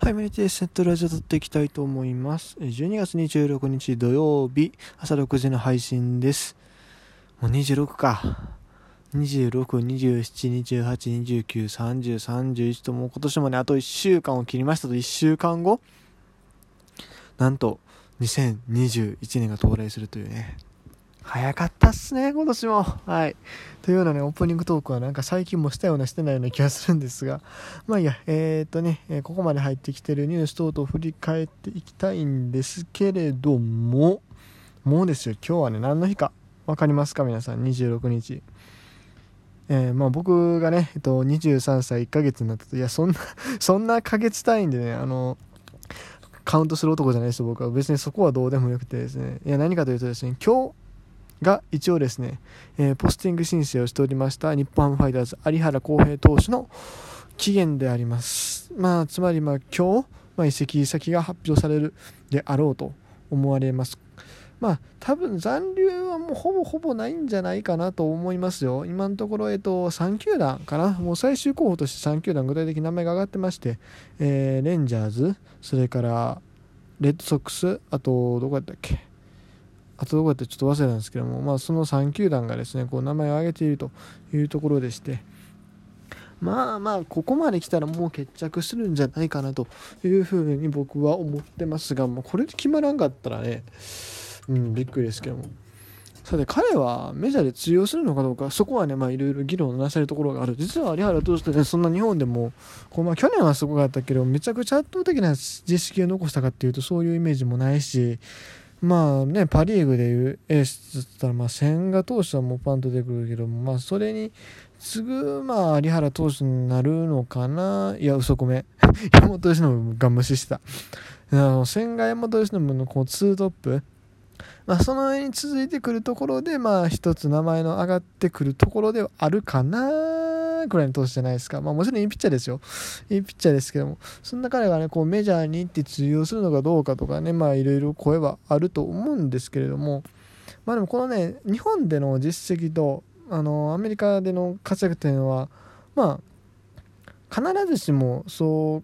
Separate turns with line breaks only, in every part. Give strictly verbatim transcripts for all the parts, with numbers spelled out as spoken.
はい、メリティセットラジオ撮っていきたいと思います。じゅうにがつにじゅうろくにち土曜日、朝ろくじの配信です。もうにじゅうろくか。にじゅうろく、にじゅうなな、にじゅうはち、にじゅうきゅう、さんじゅう、さんじゅういちともう今年もね、あといっしゅうかんを切りましたといっしゅうかんご、なんとにせんにじゅういちねんが到来するというね。早かったっすね、今年も。はい。というようなね、オープニングトークはなんか最近もしたようなしてないような気がするんですが、まあいいや、えーっとね、えーここまで入ってきてるニュース等々を振り返っていきたいんですけれども、もうですよ、今日はね、何の日かわかりますか皆さん、にじゅうろくにち。えー、まあ僕がね、えっと、にじゅうさんさいいっかげつになったと、いや、そんな、そんなヶ月単位でね、あの、カウントする男じゃないですよ、僕は。別にそこはどうでもよくてですね、いや、何かというとですね、今日、が一応ですね、えー、ポスティング申請をしておりました日本ハムファイターズ有原航平投手の期限であります。まあつまりまあ今日、まあ、移籍先が発表されるであろうと思われます。まあ多分残留はもうほぼほぼないんじゃないかなと思いますよ。今のところえっとさんきゅうだんかな、もう最終候補としてさんきゅうだん具体的に名前が挙がってまして、えー、レンジャーズ、それからレッドソックス、あとどこやったっけ、あとどこやってちょっと忘れたんですけども、まあ、そのさんきゅうだんがですねこう名前を挙げているというところでして、まあまあここまで来たらもう決着するんじゃないかなというふうに僕は思ってますが、もうこれで決まらんかったらね、うん、びっくりですけども、さて彼はメジャーで通用するのかどうか、そこはねまあいろいろ議論をなされるところがある。実は有原投手ってね、そんな日本でもこう、まあ、去年はすごかったけどめちゃくちゃ圧倒的な実績を残したかっていうとそういうイメージもないし、まあね、パ・リーグでいうエースって言ったら、まあ、千賀投手はもうパンと出てくるけど、まあ、それに次ぐ、まあ、有原投手になるのかな。いや、嘘ごめん。山本由伸が無視した。あの千賀山本由伸のこうツートップ、まあ、その上に続いてくるところで、まあ、一つ名前の上がってくるところではあるかなくらいの投手じゃないですか。まあもちろんいいピッチャーですよ。いいピッチャーですけども、そんな彼がね、こうメジャーに行って通用するのかどうかとかね、まあいろいろ声はあると思うんですけれども、まあでもこのね、日本での実績と、あの、アメリカでの活躍というのは、まあ、必ずしもそう、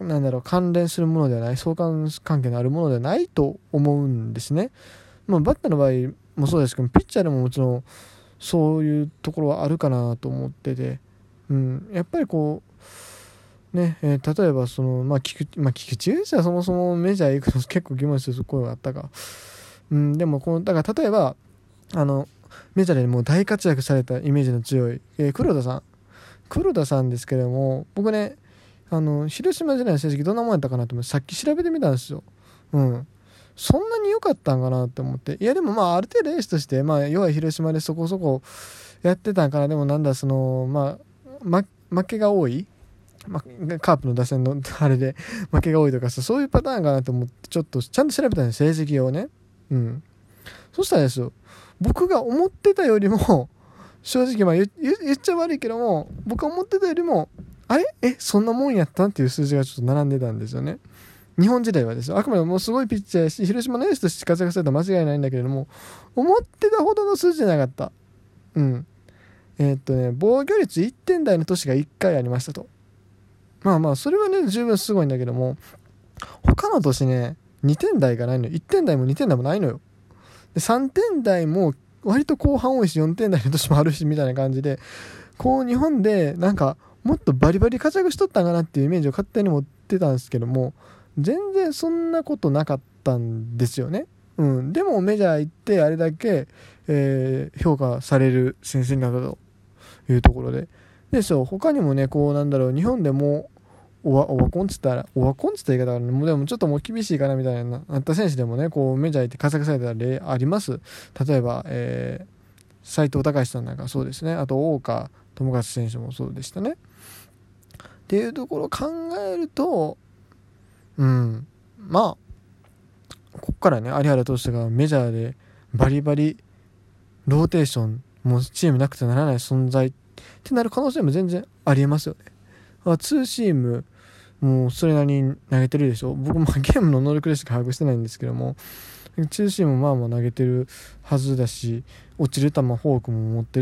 なんだろう、関連するものではない、相関関係のあるものではないと思うんですね。まあバッターの場合もそうですけど、ピッチャーでももちろんそういうところはあるかなと思ってて、うん、やっぱりこうね、えー、例えばそのまあ菊池、まあ、菊池雄星はそもそもメジャー行くの結構疑問視する声があったか、うん、でもこのだから例えばあのメジャーでもう大活躍されたイメージの強い、えー、黒田さん黒田さんですけども、僕ねあの広島時代の成績どんなもんやったかなと思ってさっき調べてみたんですよ。うん、そんなに良かったんかなって思って、いやでもまあある程度エースとしてまあ要は広島でそこそこやってたんかな。でもなんだそのまあ、ま、負けが多い、ま、カープの打線のあれで負けが多いとかさ、そういうパターンかなと思ってちょっとちゃんと調べたんです、成績をね。うん。そしたらですよ、僕が思ってたよりも正直まあ言っちゃ悪いけども、僕が思ってたよりもあれえそんなもんやったんっていう数字がちょっと並んでたんですよね。日本時代はですよ、あくまでもすごいピッチャーやし広島のエースとして活躍されたら間違いないんだけれども、思ってたほどの数字じゃなかった。うん。えー、っとね防御率いってん台の年がいっかいありましたと。まあまあそれはね十分すごいんだけども、他の年ねにてん台がないのよ。いってん台もにてん台もないのよ。でさんてん台も割と後半多いしよんてん台の年もあるしみたいな感じで、こう日本でなんかもっとバリバリ活躍しとったんかなっていうイメージを勝手に持ってたんですけども、全然そんなことなかったんですよね。うん、でもメジャー行ってあれだけ、えー、評価される先生になったというところで、でそう他にもねこうなんだろう、日本でもオワオワコンっつったらオワコンっつった言い方がね、もうでもちょっともう厳しいかなみたいなあった選手でもねこうメジャー行って活躍された例あります。例えば、えー、斉藤隆さんなんかそうですね。あと大川智和選手もそうでしたね。っていうところを考えると、うんまあここからね有原投手がメジャーでバリバリローテーションもうチームなくてならない存在ってなる可能性も全然ありえますよね。あツーシームもうそれなりに投げてるでしょ。僕もゲームの能力でしか把握してないんですけども、ツーシームもまあまあ投げてるはずだし、落ちる球フォークも持ってるしっ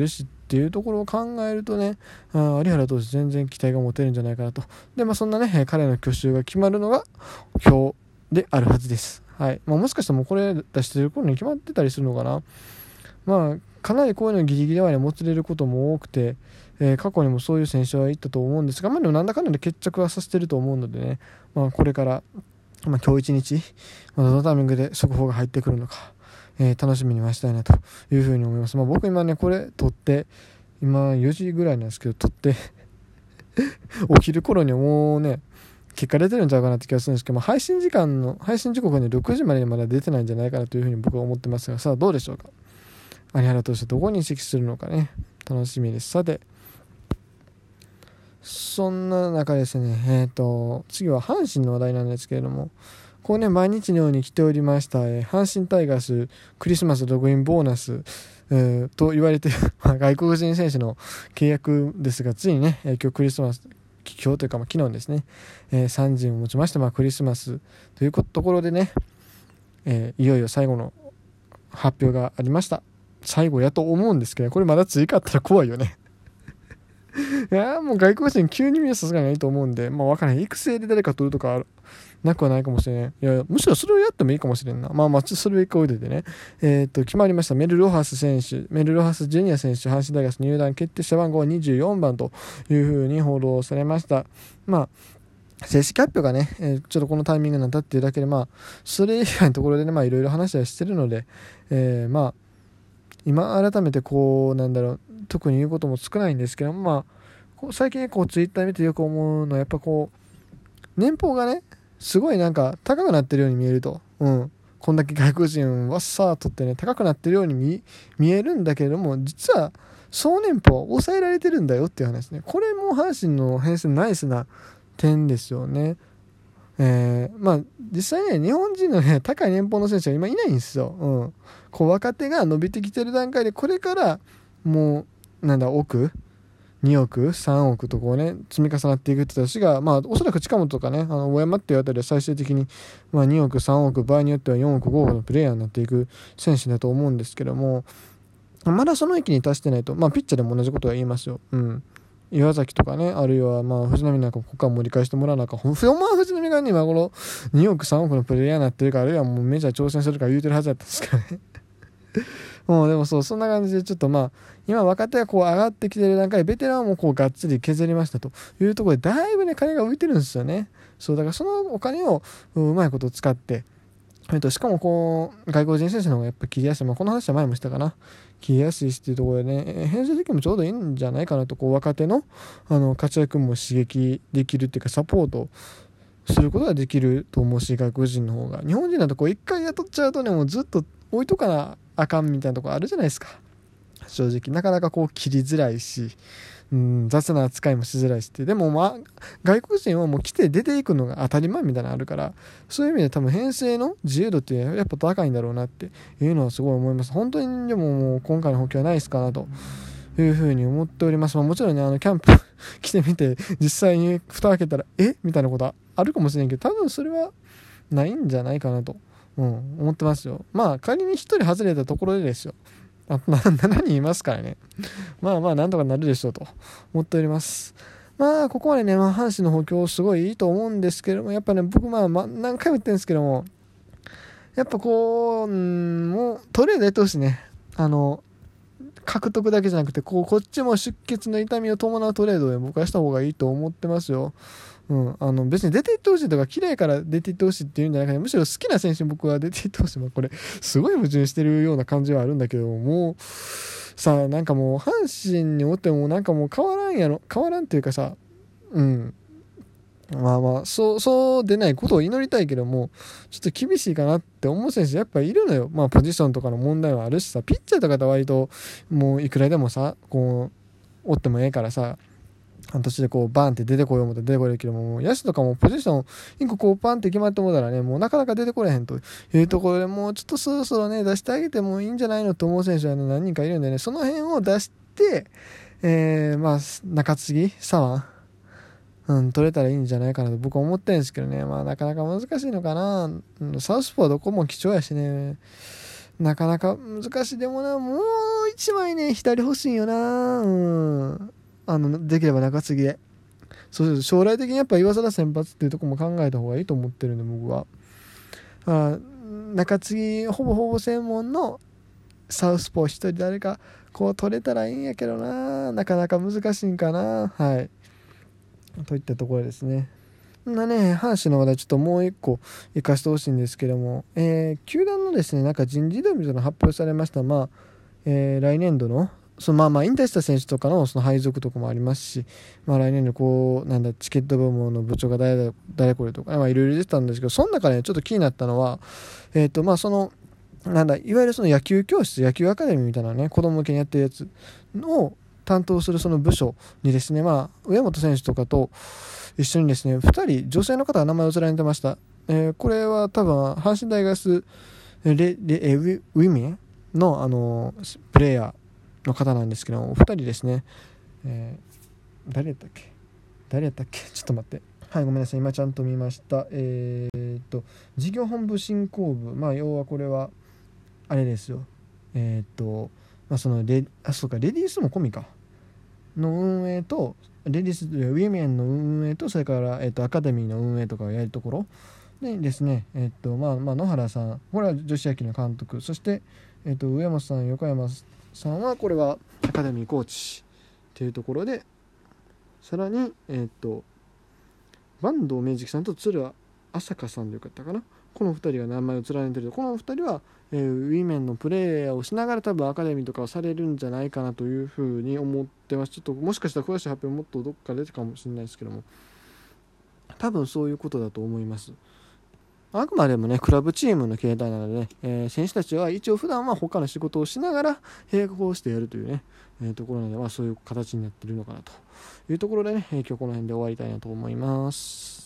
っていうところを考えるとね、あ有原投手全然期待が持てるんじゃないかなと。で、まあ、そんなね彼の去就が決まるのが今日であるはずです。はい。まあ、もしかしたらもうこれ出してる頃に決まってたりするのかな。まあかなりこういうのギリギリまでもつれることも多くて、えー、過去にもそういう選手はいったと思うんですが、まあ、でもなんだかんだで決着はさせてると思うのでね、まあ、これから、まあ、今日一日、まあ、どのタイミングで速報が入ってくるのか、えー、楽しみに待ちたいなというふうに思います。まあ、僕今ねこれ撮って今よじぐらいなんですけど、撮って起きる頃にはもうね結果出てるんちゃうかなって気がするんですけど、まあ、配信時間の配信時刻にろくじまでにまだ出てないんじゃないかなというふうに僕は思ってますが、さあどうでしょうか。有原投手どこに移籍するのかね、楽しみです。さてそんな中ですね、えーと次は阪神の話題なんですけれども、こうね毎日のように来ておりました、えー、阪神タイガースクリスマスログインボーナス、えー、と言われている外国人選手の契約ですが、ついにね、えー、今日クリスマス今日というか、まあ、昨日ですね、えー、さんじをもちまして、まあ、クリスマスというところでね、えー、いよいよ最後の発表がありました。最後やと思うんですけど、これまだ追加あったら怖いよねいやもう外国人急に見るさすがにないと思うんで、まあ分からない、育成で誰か取るとかなくはないかもしれない。いやむしろそれをやってもいいかもしれんな。まあまあそれを一回置いといてね、えー、っと決まりました。メルロハス選手メルロハスジュニア選手阪神タイガース入団決定した番号はにじゅうよんばんというふうに報道されました。まあ正式発表がね、えー、ちょっとこのタイミングになったっていうだけで、まあそれ以外のところでね、まあいろいろ話はしてるので、えー、まあ今改めてこうなんだろう特に言うことも少ないんですけど、まあこう最近こうツイッター見てよく思うのはやっぱこう年俸がねすごいなんか高くなってるように見えると、うん、こんだけ外国人はさーとってね高くなってるように 見, 見えるんだけれども、実は総年俸抑えられてるんだよっていう話ね。これも阪神の編成ナイスな点ですよね。えー、まあ実際ね日本人のね高い年俸の選手は今いないんですよ、うん、こう若手が伸びてきてる段階で、これからもうなんだ億におくさんおくとこうね積み重なっていくって年が、まあおそらく近本とかねあの大山っていうあたりは最終的にまあにおくさんおく場合によってはよんおくごおくのプレイヤーになっていく選手だと思うんですけども、まだその域に達してないと、まあピッチャーでも同じことは言いますよ。うん。岩崎とかね、あるいはまあ藤浪なんかここから盛り返してもらわなきゃ、ほんまは藤浪が今頃におくさんおくのプレイヤーになってるか、あるいはもうメジャー挑戦するか言うてるはずだったんですからねもうでもそうそんな感じでちょっとまあ今若手がこう上がってきてる段階でベテランもこうがっつり削りましたというところで、だいぶね金が浮いてるんですよね。そうだからそのお金をうまいことを使って、えっと、しかもこう外国人選手の方がやっぱ切りやすい、まあ、この話は前もしたかな、切りやすいしっていうところでね編成的にもちょうどいいんじゃないかなと、こう若手のあの活躍も刺激できるっていうかサポートすることができると思うし、外国人の方が日本人だとこう一回雇っちゃうとねもうずっと置いとかなあかんみたいなところあるじゃないですか。正直なかなかこう切りづらいし、うん、雑な扱いもしづらいしって、でもまあ外国人はもう来て出ていくのが当たり前みたいなのあるから、そういう意味で多分編成の自由度ってやっぱ高いんだろうなっていうのはすごい思います。本当にでももう今回の補強はナイスかなというふうに思っております。まあ、もちろんねあのキャンプ来てみて実際に蓋開けたらえみたいなことはあるかもしれんけど、多分それはないんじゃないかなと、うん、思ってますよ。まあ仮にひとり外れたところでですよ、あななにんいますからねまあまあなんとかなるでしょうと思っております。まあここまでね、まあ、阪神の補強すごいいいと思うんですけども、やっぱね僕まあ、まあ、何回も言ってるんですけども、やっぱこう、うん、もうトレードやってほしいね。あの獲得だけじゃなくてこうこっちも出血の痛みを伴うトレードで僕はした方がいいと思ってますよ。うん、あの別に出ていってほしいとか嫌いから出ていってほしいっていうんじゃなくて、むしろ好きな選手に僕は出ていってほしい。まあ、これすごい矛盾してるような感じはあるんだけどもうさあ、なんかもう阪神におってもなんかもう変わらんやろ変わらんっていうかさ、うんまあまあそうそう出ないことを祈りたいけども、ちょっと厳しいかなって思う選手やっぱいるのよ。まあポジションとかの問題はあるしさ、ピッチャーとかと割ともういくらでもさこうおってもええからさ、半年でこうバーンって出てこよう思って出てこれるけども、野手とかもポジションいっここうパンって決まってもうたらね、もうなかなか出てこれへんというところで、もうちょっとそろそろね出してあげてもいいんじゃないのと思う選手は、ね、何人かいるんでね、その辺を出して、えー、まあ中継ぎ左腕、うん、取れたらいいんじゃないかなと僕は思ってるんですけどね。まあなかなか難しいのかな。サウスポーはどこも貴重やしね、 なかなか難しい。でもな、もう一枚ね、左欲しいよな。うん。あの、できれば中継ぎで。そうすると将来的にやっぱ岩貞先発っていうところも考えた方がいいと思ってるんで、僕は。あ中継ぎ、ほぼほぼ専門のサウスポー一人誰か、こう取れたらいいんやけどな。なかなか難しいんかな。はい。といったところですね。そんなね、阪神の話題ちょっともう一個生かしてほしいんですけども、えー、球団のですね、なんか人事異動みたいなの発表されました。まあ、えー、来年度の、そのまあまあ引退した選手とかのその配属とかもありますし、まあ来年度こう、なんだ、チケット部門の部長が誰だ、誰これとか、まあいろいろ出てたんですけど、その中で、ね、ちょっと気になったのは、えっと、まあその、なんだ、いわゆるその野球教室、野球アカデミーみたいなね、子供向けにやってるやつを担当するその部署にですね、まあ、上本選手とかと一緒にですね、ふたり、女性の方が名前を連ねてました。えー、これは多分、阪神タイガースレレえウィウィメンの、あのー、プレイヤーの方なんですけど、お二人ですね、えー、誰やったっけ誰やったっけちょっと待って。はい、ごめんなさい。今ちゃんと見ました。えー、っと、事業本部振興部。まあ、要はこれは、あれですよ。えー、っと、まあ、そのレ、あ、そうか、レディースも込みか。の運営と、レディース、ウィメンの運営と、それから、えー、っと、アカデミーの運営とかをやるところでですね、えー、っと、まあ、まあ、野原さん、これは女子野球の監督、そして、えー、っと、上本さん、横山さんは、これはアカデミーコーチというところで、さらに、えー、っと、坂東明治さんと鶴朝香さんでよかったかな。このふたりが名前を連ねている。このふたりは、えー、ウィメンのプレーヤーをしながら多分アカデミーとかをされるんじゃないかなというふうに思ってます。ちょっともしかしたら詳しい発表もっとどっか出てかもしれないですけども、多分そういうことだと思います。あくまでもね、クラブチームの形態なので、ね、えー、選手たちは一応普段は他の仕事をしながら並行してやるというね、えー、ところなので、まあ、そういう形になっているのかなというところでね、今日この辺で終わりたいなと思います。